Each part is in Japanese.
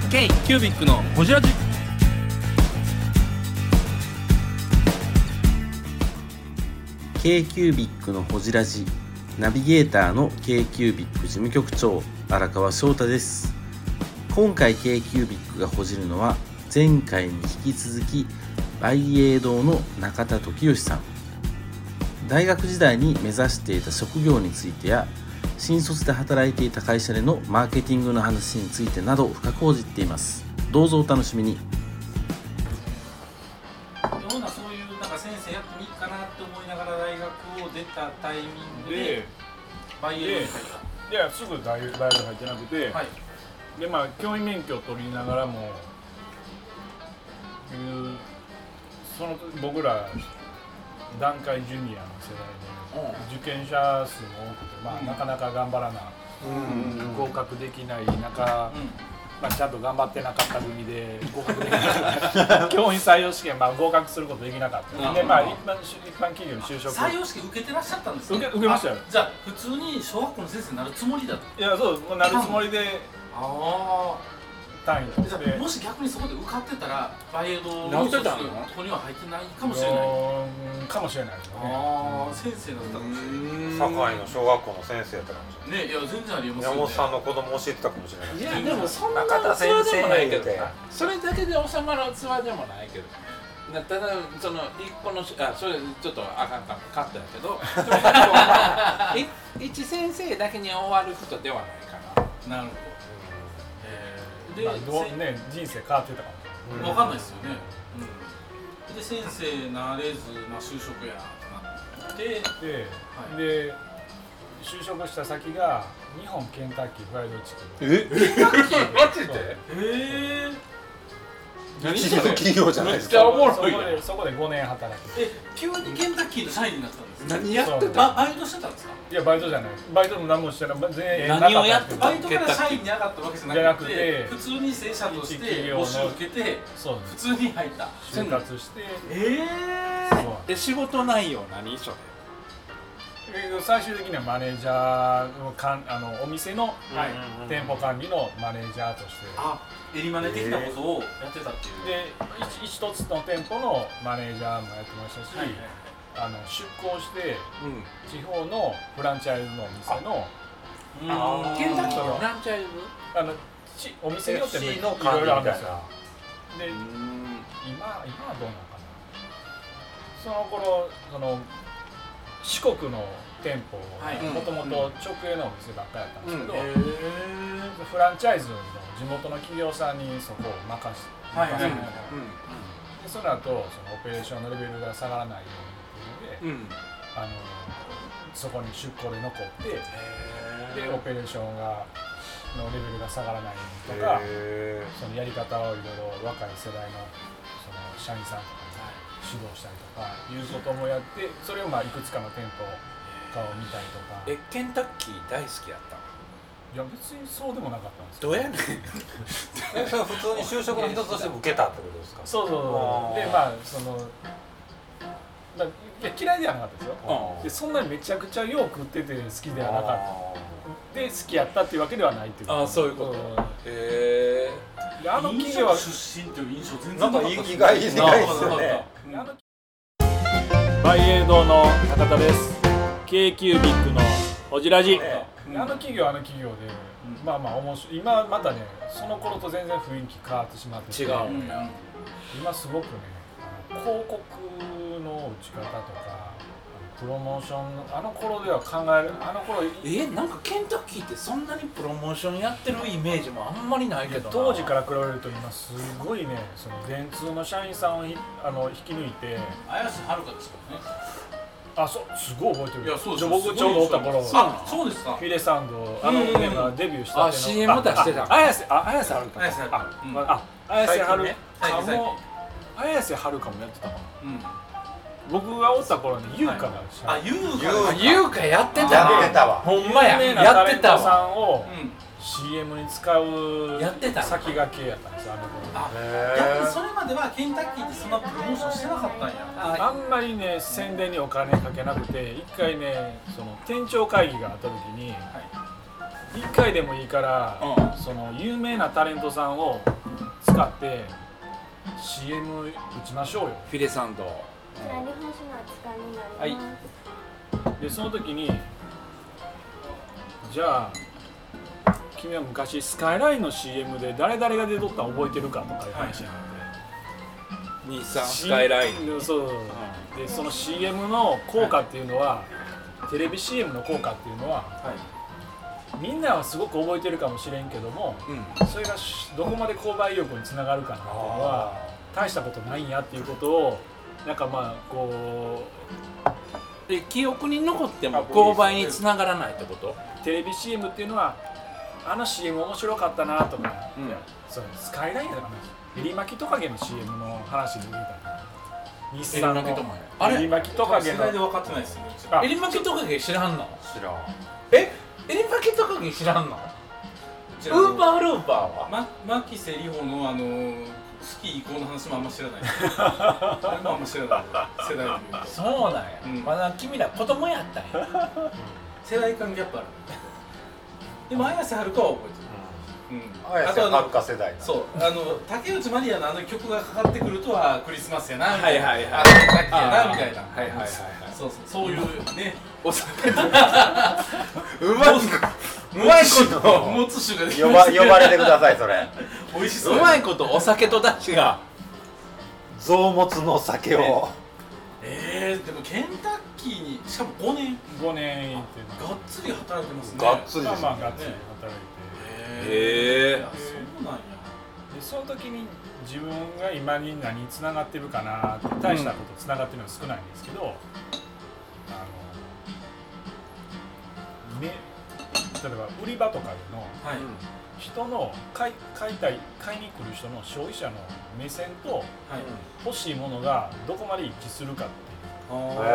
K キュービックのホジラジ。 K キュービックのホジラジ、ナビゲーターの K キュービック事務局長荒川翔太です。今回 K キュービックがほじるのは前回に引き続きバイエー堂の中田時義さん。大学時代に目指していた職業についてや新卒で働いていた会社でのマーケティングの話についてなど深く報じっています。どうぞお楽しみに。 ようなそういうなんか先生やってもいいかなって思いながら大学を出たタイミングでバイエー堂に入った。 いや、すぐ大学入ってなくて、 はい、 で教員免許を取りながらもその僕ら団塊ジュニアの世代で受験者数も多くて、なかなか頑張らな、合格できない中、ちゃんと頑張ってなかった組で合格できなかった教員採用試験、合格することできなかったで、一般企業に就職採用試験受けてらっしゃったんですか？ 受けましたよ。 じゃあ普通に小学校の先生になるつもりだった？ いや、そうなるつもりで単位としじゃて、 もし逆にそこで受かってたらバイエー堂の卒業ここには入ってないかもしれないかもしれないですね。 先生だったかもしれない。 堺の小学校の先生やったかもしれないね、いや全然ありえますよね。 山本さんの子供教えてたかもしれない。 いやでもそんな中田先生器でもないけど言うてな、それだけで収まる器でもないけど、ただその一個のそれちょっとあかんかカットやけど一先生だけに終わることではないかな。 なるほど。 人生変わってたかもしれない。 わかんないですよね。で先生なれず、就職やってなってで就職した先が日本ケンタッキーフライドチキン。 マジで？何一流企業じゃないですめっちゃか。 おもろいやん。 そこで5年働いて。 急にケンタッキーの社員になったんですか？ 何やってた？ バイトしてたんですか？ いや、バイトじゃない。バイトも何もしてない。全員何をやってたバイトから社員に上がったわけじゃなくて、普通に正社として募集受けて普通に入った。 就活して。 仕事内容何それ？ 最終的にはマネージャーのお店の店舗管理のマネージャーとして、 エリマネ的なことをやってたっていう。 で一つの店舗のマネージャーもやってましたし、出向して地方のフランチャイズのお店のケンタッキーのフランチャイズ？ お店によっていろいろあるんですよ。で今はどうなのかな。その頃四国の店舗もともと直営のお店ばっかりだったんですけど、フランチャイズの地元の企業さんにそこを任せて、その後そのオペレーションのレベルが下がらないようにっていうので、そこに出向で残って、でオペレーションのレベルが下がらないようにとか、そのやり方をいろいろ若い世代のその社員さんとか指導したりとかいうこともやって、それをいくつかの店舗かを見たりとか。 ケンタッキー大好きやったの？ いや、別にそうでもなかったんですけどうやねん。 それは普通に就職の一つとして受けたってことですか？ そうで嫌いではなかったですよ。でそんなにめちゃくちゃよく食ってて好きではなかったで、好きやったっていうわけではないっていう。 そういうこと。 で企業は出身という印象全然なんか意外ですよね。 バイエー堂の中田です。K キュービックのホジラジ。企業で、面白い。今またね、その頃と全然雰囲気変わってしまってて、今すごくね、広告の打ち方とかプロモーション、あの頃では考える、 なんかケンタッキーってそんなにプロモーションやってるイメージもあんまりないけどな。 当時から比べると今すごいね、その電通の社員さんを引き抜いて、 綾瀬はるかですからね。 すごい覚えてる。 いや、そうです。 僕ちょうどおった頃、 そうですか。 ヒデサンドメンバーデビューしたっていうの。 CM 出してた。綾瀬はるか。 綾瀬はるかもやってたかな。僕がおった頃に優香が優香やってたわ。ほんまや。 有名なタレントさんを CM に使う先駆けやったんですよ、あの頃。 逆にそれまではケンタッキーってそんなプロモーションしてなかったんや。 あんまりね、宣伝にお金かけなくて、一回ね、その店長会議があった時に、1回でもいいから、その有名なタレントさんを使って CM 打ちましょうよ。 フィレサンド。 こちら日本酒の扱いになります。 でその時にじゃあ君は昔スカイラインの CM で誰々が出とったの覚えてるかとかいう話になって、 日産スカイライン。 そうでその CM の効果っていうのは、テレビ CM の効果っていうのは、みんなはすごく覚えてるかもしれんけども、それがどこまで購買意欲につながるかっていうのは大したことないんやっていうことをなんかまあこうで記憶に残っても購買につながらないってこと？ テレビ CM っていうのはあの CM 面白かったなとか、そのスカイラインだからエリマキトカゲの CM の話で見た日産のエリマキトカゲの世代で分かってないですよね。 エリマキトカゲ知らんの？ 知らん。 エリマキトカゲ知らんの？ウーパールーパーは？ 牧瀬里穂のスキー移行の話もあんま知らない。あれもあんま知らない。世代で見ると。 そうなんや。まだ君ら子供やったんや。 世代間ギャップある。でも綾瀬はるかは覚えてる。 綾瀬はるか世代な。 そう、竹内まりやの曲がかかってくるとはクリスマスやなみたいな、 はいはいはいラッキーやなみたいな、 はいはいはい。 そういうね、 お酒とうまいこと持つ種ができました。 呼ばれてくださいそれ。 美味しそう。 うまいことお酒とだしが臓物の酒を。 でもケンタッキーにしかも5年 5年行ってがっつり働いてますね。 がっつりですね。 まあがっつり働いて、 そうなんや。 でその時に自分が今に何につながってるかなって大したことつながってるのは少ないんですけど、例えば売り場とかでの人の買いに来る人の消費者の目線と欲しいものがどこまで一致するかって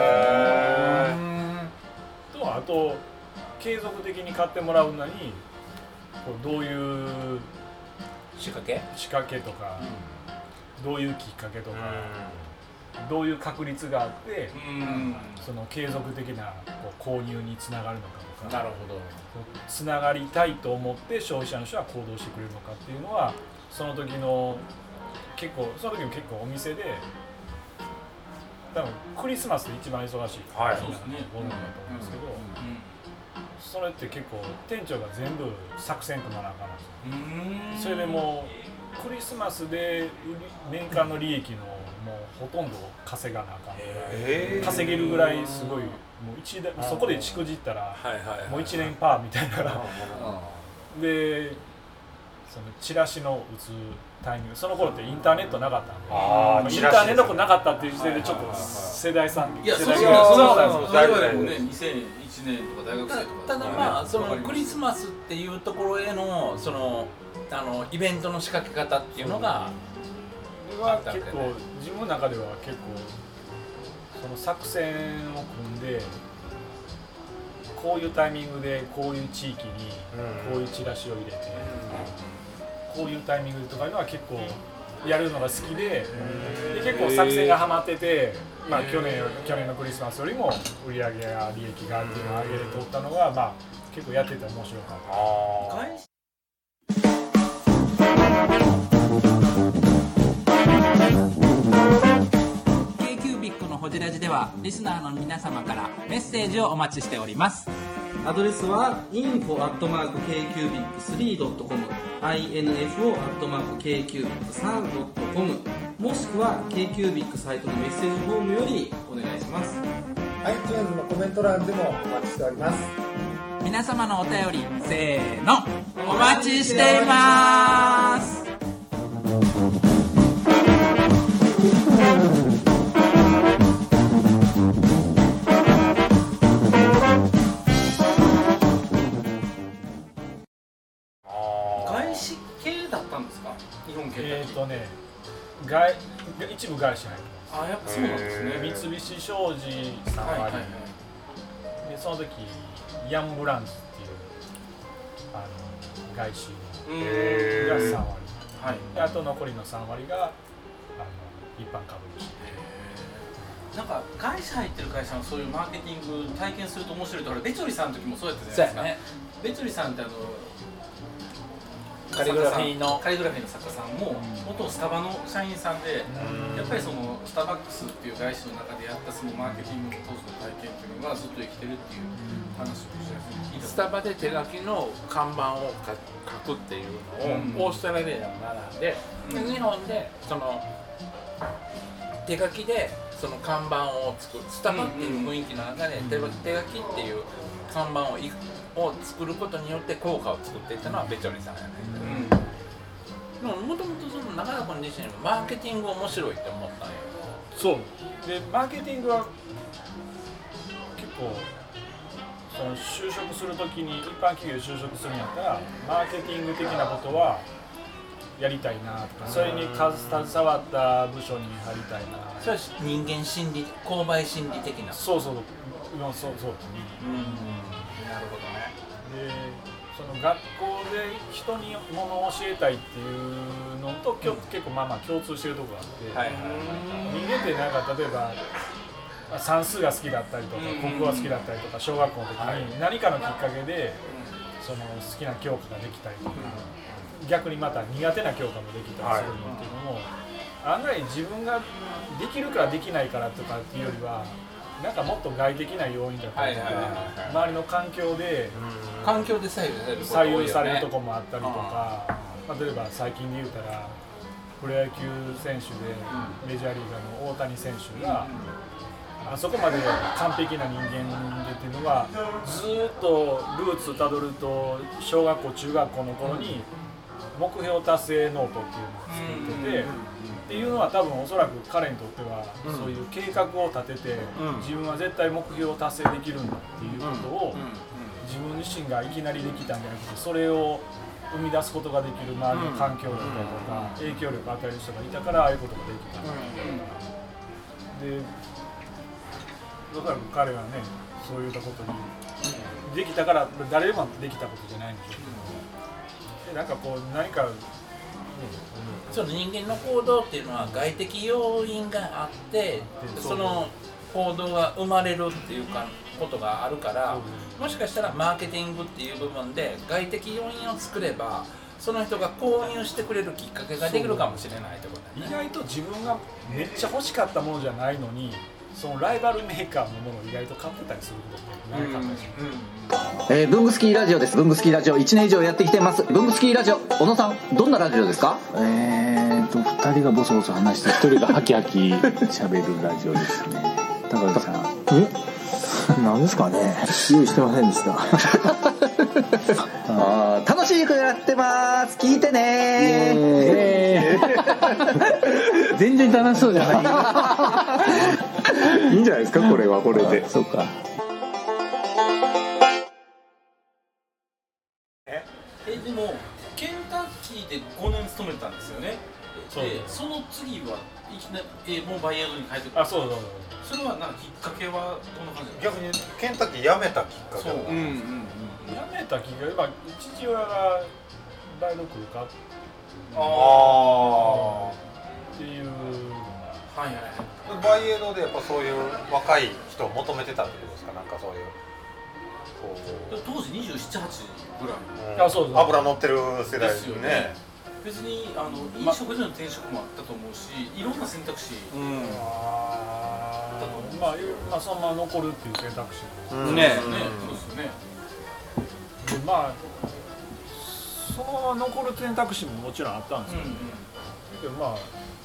いうと、あと継続的に買ってもらうのにこうどういう仕掛けとか、どういうきっかけとか、どういう確率があってその継続的な購入につながるのかとか、 なるほど、 つながりたいと思って消費者の人は行動してくれるのかっていうのはその時も結構お店で多分クリスマスで一番忙しい、 そうですね。 ものだと思うんですけど、それって結構店長が全部作戦組まなあかんんですよ。それでもうクリスマスで年間の利益のもうほとんど稼がなあかんぐらい、稼げるぐらいすごい、もうそこでしくじったらもう1年パーみたいなでそのチラシの打つタイミング、その頃ってインターネットなかったんで、インターネットなかったっていう時点でちょっと世代差、 いや、そう世そう代我々もね、2001年とか大学生とか。 ただまあそのクリスマスっていうところへのそのイベントの仕掛け方っていうのが結構自分の中では結構その作戦を組んでこういうタイミングでこういう地域にこういうチラシを入れてこういうタイミングとかいうのは結構やるのが好きで結構作戦がハマってて、まあ去年のクリスマスよりも売り上げや利益がっていうのを上げれとったのがまあ結構やってて面白かった。 K-Cubic のホジラジではリスナーの皆様からメッセージをお待ちしております。 アドレスは info@kcubic3.com info@kcubic3.com もしくは K-Cubic サイトのメッセージフォームよりお願いします。 iTunes のコメント欄でもお待ちしております。 皆様のお便りせーのお待ちしています。 外資系だったんですか？日本系。 一部外資入ってます。 あ、やっぱそうなんですね。 三菱商事さんはでその時ヤンブランズっていう外資が3割、であと残りの3割が一般株主。 なんか会社入ってる会社のそういうマーケティング体験すると面白いと、ベチョリさんの時もそうやったじゃないですか。ベチョリさんってカリグラフィーの作家さんも元スタバの社員さんで、やっぱりそのスタバックスっていう会社の中でやったそのマーケティングの当時の体験っていうのがずっと生きてるっていう話を聞いた。 スタバで手書きの看板を書くっていうのをオーストラリアでも学んで、日本でその手書きでその看板を作る、スタバっていう雰囲気の中で手書きっていう看板を作ることによって効果を作っていったのはベチョリさんやね。でももともとその中田君自身もマーケティング面白いって思ったんや。 そうでマーケティングは結構その就職するときに一般企業で就職するんやったらマーケティング的なことはやりたいなとか、それに携わった部署に入りたいな。 それは人間心理、購買心理的な。 そうそう、そうなるほどね。 でその学校で人にものを教えたいっていうのと結構まあ共通してるところがあって、人間ってなんか例えば算数が好きだったりとか国語が好きだったりとか小学校の時に何かのきっかけでその好きな教科ができたりとか、逆にまた苦手な教科もできたりするのっていうのも、案外自分ができるからできないからとかっていうよりはなんかもっと外的な要因だったりとか、周りの環境で左右されるとこもあったりとか、例えば最近で言うたらプロ野球選手でメジャーリーガーの大谷選手があそこまで完璧な人間でっていうのはずっとルーツたどると小学校中学校の頃に目標達成ノートっていうのを作ってて、っていうのは多分おそらく彼にとってはそういう計画を立てて自分は絶対目標を達成できるんだっていうことを自分自身がいきなりできたんじゃなくて、それを生み出すことができる周りの環境だったりとか影響力を与える人がいたからああいうことができたんだで、だから彼がねそういったことにできたから誰もできたことじゃないんでしょうけど、なんかこう何かその人間の行動っていうのは外的要因があってその行動が生まれるっていうかことがあるから、もしかしたらマーケティングっていう部分で外的要因を作ればその人が購入してくれるきっかけができるかもしれないってことだね。 意外と自分がめっちゃ欲しかったものじゃないのにそのライバルメーカーのものを意外と買ってたりすることってなかったりします。 ブングスキーラジオです。ブングスキーラジオ1年以上やってきてます。ブングスキーラジオ、小野さんどんなラジオですか 2人がボソボソ話して1人がハキハキ喋るラジオですね。高橋さん何ですかね、用意してませんでした楽しくやってます、聞いてね全然楽しそうじゃないいいんじゃないですか、これはこれで。そうか。 でもケンタッキーで5年勤めたんですよね。でその次はいきなりもうバイヤードに帰ってくる。 そう。 それはなんかきっかけはどんな感じ逆にケンタッキー辞めたきっかけは辞めたきっかけは父親が大学受かっていうのがバイエドでやっぱそういう若い人を求めてたってことですか。なんかそういう当時27、8ぐらい、 そう油乗ってる世代ですよね。 別に飲食での転職もあったと思うし、いろんな選択肢まあそのまま残るっていう選択肢そうですよね。 でまあそのまま残る選択肢ももちろんあったんですけど、まあ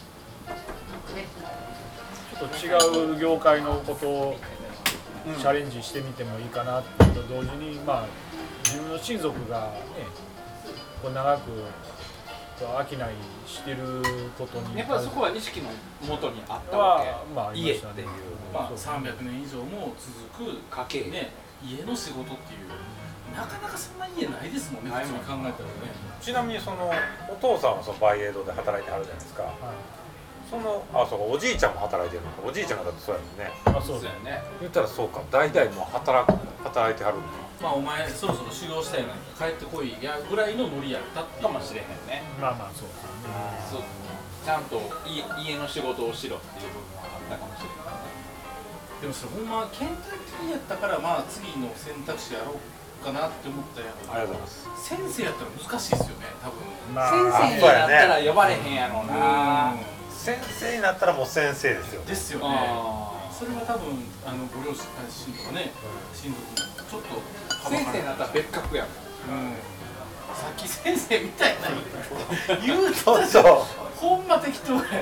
ちょっと違う業界のことをチャレンジしてみてもいいかなっていうと同時に、まあ自分の親族がねこう長く商いしてることにやっぱりそこは意識の元にあったわけ。 まあ家っていう、 300年以上も続く家系ね、家の仕事っていうなかなかそんな家ないですもんね、普通に考えたらね。 ちなみにそのお父さんはそのバイエードで働いてはるじゃないですか。そのそうおじいちゃんも働いてるのか。おじいちゃんがだってそうやもんね。 そうだよね。 言ったらそうか、代々もう働いてはるんだ。 まあお前そろそろ修行したいな、帰ってこいやぐらいのノリやったかもしれへんね。 まあそうですね。 ちゃんと家の仕事をしろっていう部分はあったかもしれない。 でもそれほんまケンタッキーやったからまあ次の選択肢やろうかなって思ったやん。 ありがとうございます。 先生やったら難しいですよね、多分。 先生になったら呼ばれへんやろうな。 先生になったらもう先生ですよ。 ですよね。それは多分ご両親とかね、親族もちょっと先生になったら別格やもん。 さっき先生みたいな言うとたじゃん。ほんま適当やな。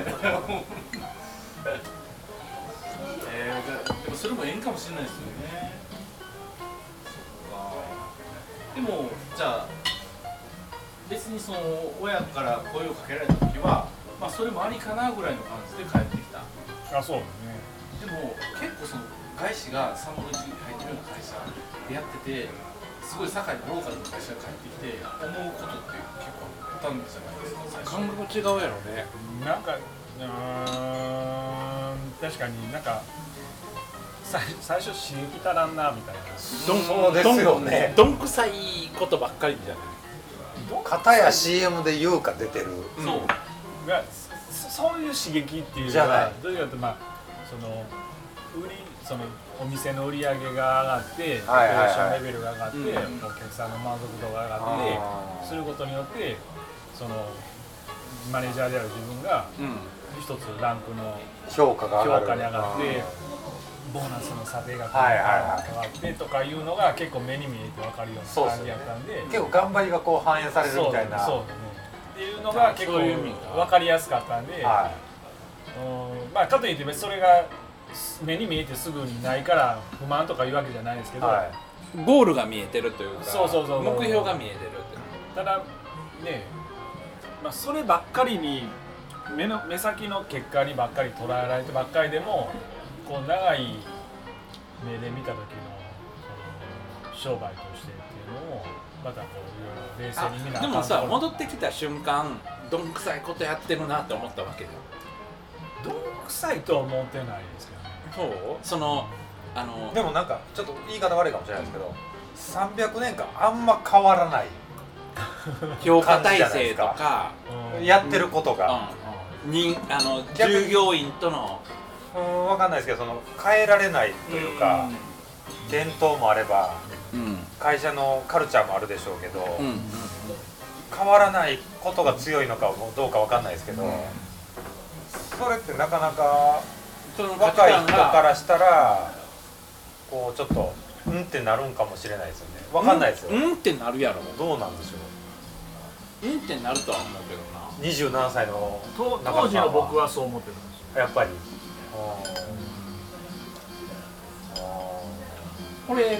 でもそれもええんかもしれないですよね。でもじゃあ別にその親から声をかけられた時は、まあそれもありかなぐらいの感じで帰ってきた。 あ、そうだね。 でも結構その外資が3分の1に入ってるような会社でやってて、すごい堺のローカルの会社が帰ってきて思うことって結構あったんじゃないですか。 感覚違うやろね。 なんか確かになんか最初刺激足らんなみたいな。 そうですよね。 どんくさいことばっかりじゃない。 片や CM で優香出てる。 そうがそういう刺激っていうのはどういうかと、まあそのお店の売り上げが上がって、オペレーションレベルが上がって、お客さんの満足度が上がってすることによって、そのマネージャーである自分が一つランクの評価に上がって、ボーナスの査定額が変わってとかいうのが結構目に見えて分かるような感じやったんで、 結構頑張りがこう反映されるみたいな。 そうだね。っていうのが結構分かりやすかったんで、まあかといってそれが目に見えてすぐにないから不満とかいうわけじゃないですけど、 ゴールが見えてるというか、 そう目標が見えてるって。 ただね、まあそればっかりに目先の結果にばっかり捉えられてばっかりでも、こう長い目で見た時の商売としてっていうのをまたこういろいろ冷静に見ながら。 でもさ、戻ってきた瞬間どんくさいことやってるなって思ったわけだよ。 どんくさいとは思ってないですけどね。 でもなんかちょっと言い方悪いかもしれないですけど、300年間あんま変わらない評価体制とかやってることが、 従業員との分かんないですけど、その変えられないというか、伝統もあれば、会社のカルチャーもあるでしょうけど、変わらないことが強いのかどうか分かんないですけど、それってなかなか若い人からしたらこうちょっとってなるんかもしれないですよね。分かんないですよ。 ってなるやろ。 どうなんでしょう。 ってなるとは思うけどな。 27歳の当時の僕はそう思ってたんですよ。 やっぱり。 これ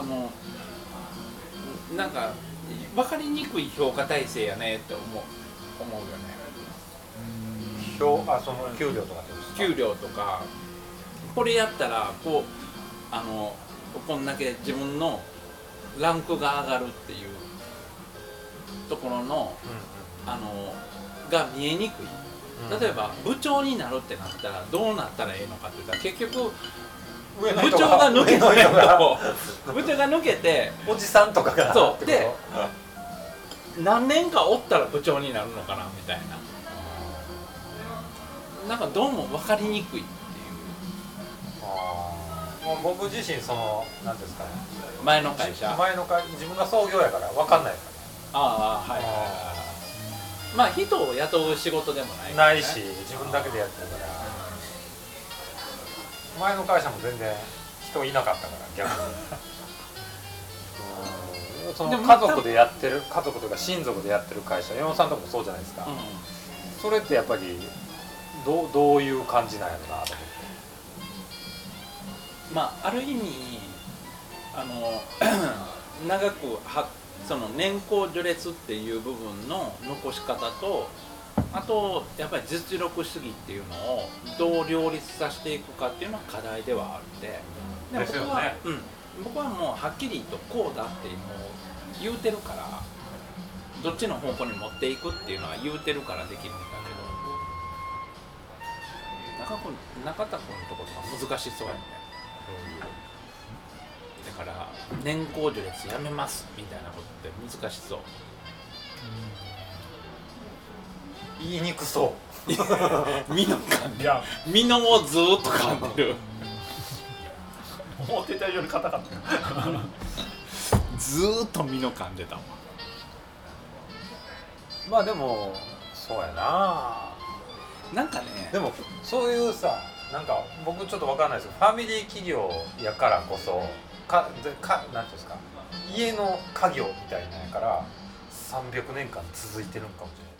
なんか分かりにくい評価体制やねって思うよね。 その給料とかですか？ 給料とか、これやったらこんだけ自分のランクが上がるっていうところの、が見えにくい。例えば部長になるってなったらどうなったらいいのかって言ったら、結局部長が抜けないと部長が抜けておじさんとかがそうで何年かおったら部長になるのかなみたいな。なんかどうも分かりにくいっていう。 もう僕自身何ですかね。 前の会社。 自分が創業やから分かんないですかね。 はい。まあ人を雇う仕事でもないし、自分だけでやってるから。前の会社も全然人いなかったから逆に。その家族でやってる、家族とか親族でやってる会社、山本さんとかもそうじゃないですか。それってやっぱりどういう感じなんやろなと思って。 まあある意味長くその年功序列っていう部分の残し方と、あとやっぱり実力主義っていうのをどう両立させていくかっていうのは課題ではあるんで、僕はもうはっきりとこうだってもう言うてるから、どっちの方向に持っていくっていうのは言うてるからできるんだけど、中田君のところが難しそうやね。だから年功序列やめますみたいなことって難しそう。 言いにくそう。 身のをずーっと噛んでる。 思ってたより硬かった。 ずーっと身の噛んでたわ。 まあでもそうやな。 なんかね、 でもそういうさ、なんか僕ちょっと分かんないですけど、ファミリー企業やからこそなんていうんですか、家の家業みたいなんやから300年間続いてるんかもしれない。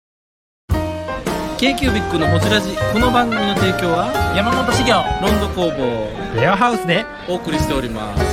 k q b i c のほじラジ、この番組の提供は山本修行ロンド工房レアハウスでお送りしております。